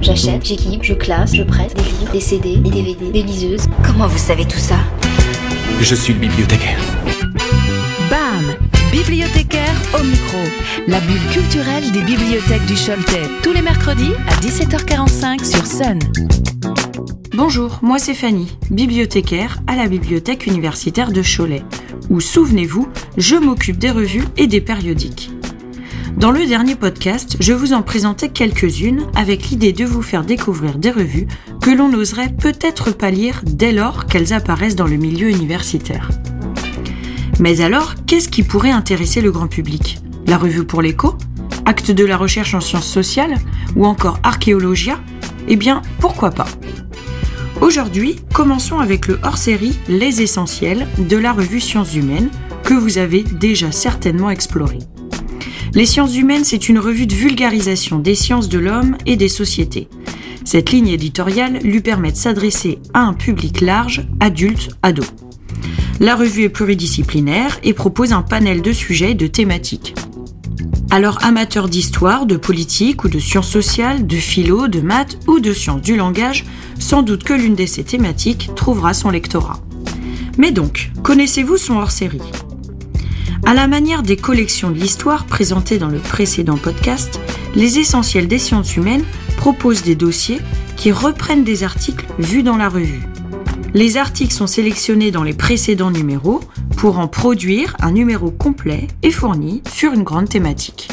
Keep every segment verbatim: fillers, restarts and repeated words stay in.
J'achète, j'équipe, je classe, je prête des livres, des C D, des D V D, des liseuses. Comment vous savez tout ça ? Je suis le bibliothécaire. Bam ! Bibliothécaire au micro. La bulle culturelle des bibliothèques du Choletais. Tous les mercredis à dix-sept heures quarante-cinq sur Sun. Bonjour, moi c'est Fanny, bibliothécaire à la bibliothèque universitaire de Cholet, où, souvenez-vous, je m'occupe des revues et des périodiques. Dans le dernier podcast, je vous en présentais quelques-unes avec l'idée de vous faire découvrir des revues que l'on n'oserait peut-être pas lire dès lors qu'elles apparaissent dans le milieu universitaire. Mais alors, qu'est-ce qui pourrait intéresser le grand public ? La revue pour l'écho ? Actes de la recherche en sciences sociales ? Ou encore Archéologia ? Eh bien, pourquoi pas ? Aujourd'hui, commençons avec le hors-série Les Essentiels de la revue Sciences Humaines que vous avez déjà certainement exploré. Les Sciences Humaines, c'est une revue de vulgarisation des sciences de l'homme et des sociétés. Cette ligne éditoriale lui permet de s'adresser à un public large, adulte, ado. La revue est pluridisciplinaire et propose un panel de sujets et de thématiques. Alors amateurs d'histoire, de politique ou de sciences sociales, de philo, de maths ou de sciences du langage, sans doute que l'une de ces thématiques trouvera son lectorat. Mais donc, connaissez-vous son hors-série ? À la manière des collections de l'histoire présentées dans le précédent podcast, les Essentiels des sciences humaines proposent des dossiers qui reprennent des articles vus dans la revue. Les articles sont sélectionnés dans les précédents numéros pour en produire un numéro complet et fourni sur une grande thématique.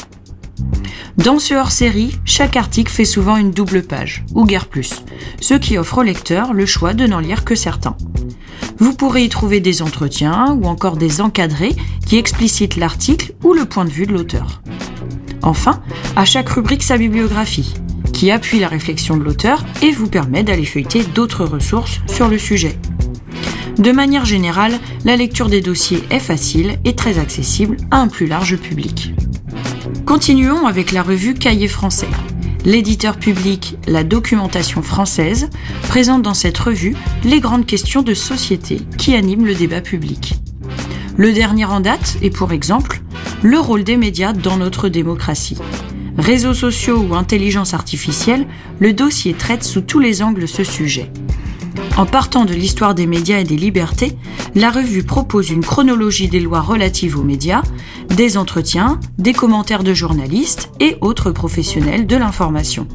Dans ce hors-série, chaque article fait souvent une double page, ou guère plus, ce qui offre au lecteur le choix de n'en lire que certains. Vous pourrez y trouver des entretiens ou encore des encadrés qui explicitent l'article ou le point de vue de l'auteur. Enfin, à chaque rubrique sa bibliographie, qui appuie la réflexion de l'auteur et vous permet d'aller feuilleter d'autres ressources sur le sujet. De manière générale, la lecture des dossiers est facile et très accessible à un plus large public. Continuons avec la revue Cahiers français. L'éditeur public La Documentation française présente dans cette revue les grandes questions de société qui animent le débat public. Le dernier en date est pour exemple le rôle des médias dans notre démocratie. Réseaux sociaux ou intelligence artificielle, le dossier traite sous tous les angles ce sujet. En partant de l'histoire des médias et des libertés, la revue propose une chronologie des lois relatives aux médias, des entretiens, des commentaires de journalistes et autres professionnels de l'information.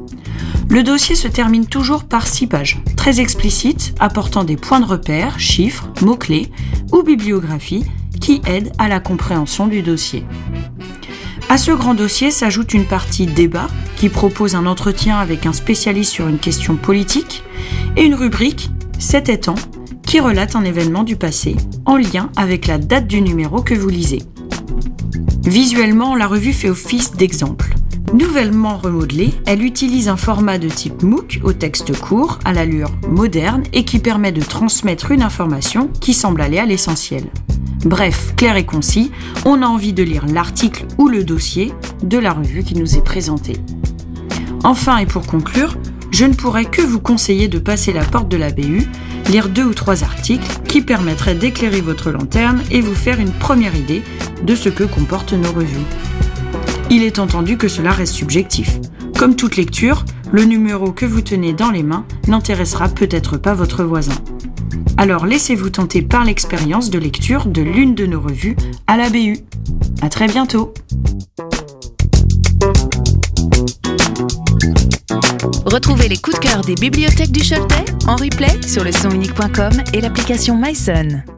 Le dossier se termine toujours par six pages, très explicites, apportant des points de repère, chiffres, mots-clés ou bibliographie qui aident à la compréhension du dossier. À ce grand dossier s'ajoute une partie débat qui propose un entretien avec un spécialiste sur une question politique et une rubrique « C'était temps » qui relate un événement du passé en lien avec la date du numéro que vous lisez. Visuellement, la revue fait office d'exemple. Nouvellement remodelée, elle utilise un format de type MOOC au texte court, à l'allure moderne et qui permet de transmettre une information qui semble aller à l'essentiel. Bref, clair et concis, on a envie de lire l'article ou le dossier de la revue qui nous est présentée. Enfin et pour conclure, je ne pourrais que vous conseiller de passer la porte de la B U, lire deux ou trois articles qui permettraient d'éclairer votre lanterne et vous faire une première idée de ce que comportent nos revues. Il est entendu que cela reste subjectif. Comme toute lecture, le numéro que vous tenez dans les mains n'intéressera peut-être pas votre voisin. Alors laissez-vous tenter par l'expérience de lecture de l'une de nos revues à la B U. À très bientôt. Retrouvez les coups de cœur des bibliothèques du Choletais en replay sur le son unique point com et l'application MySun.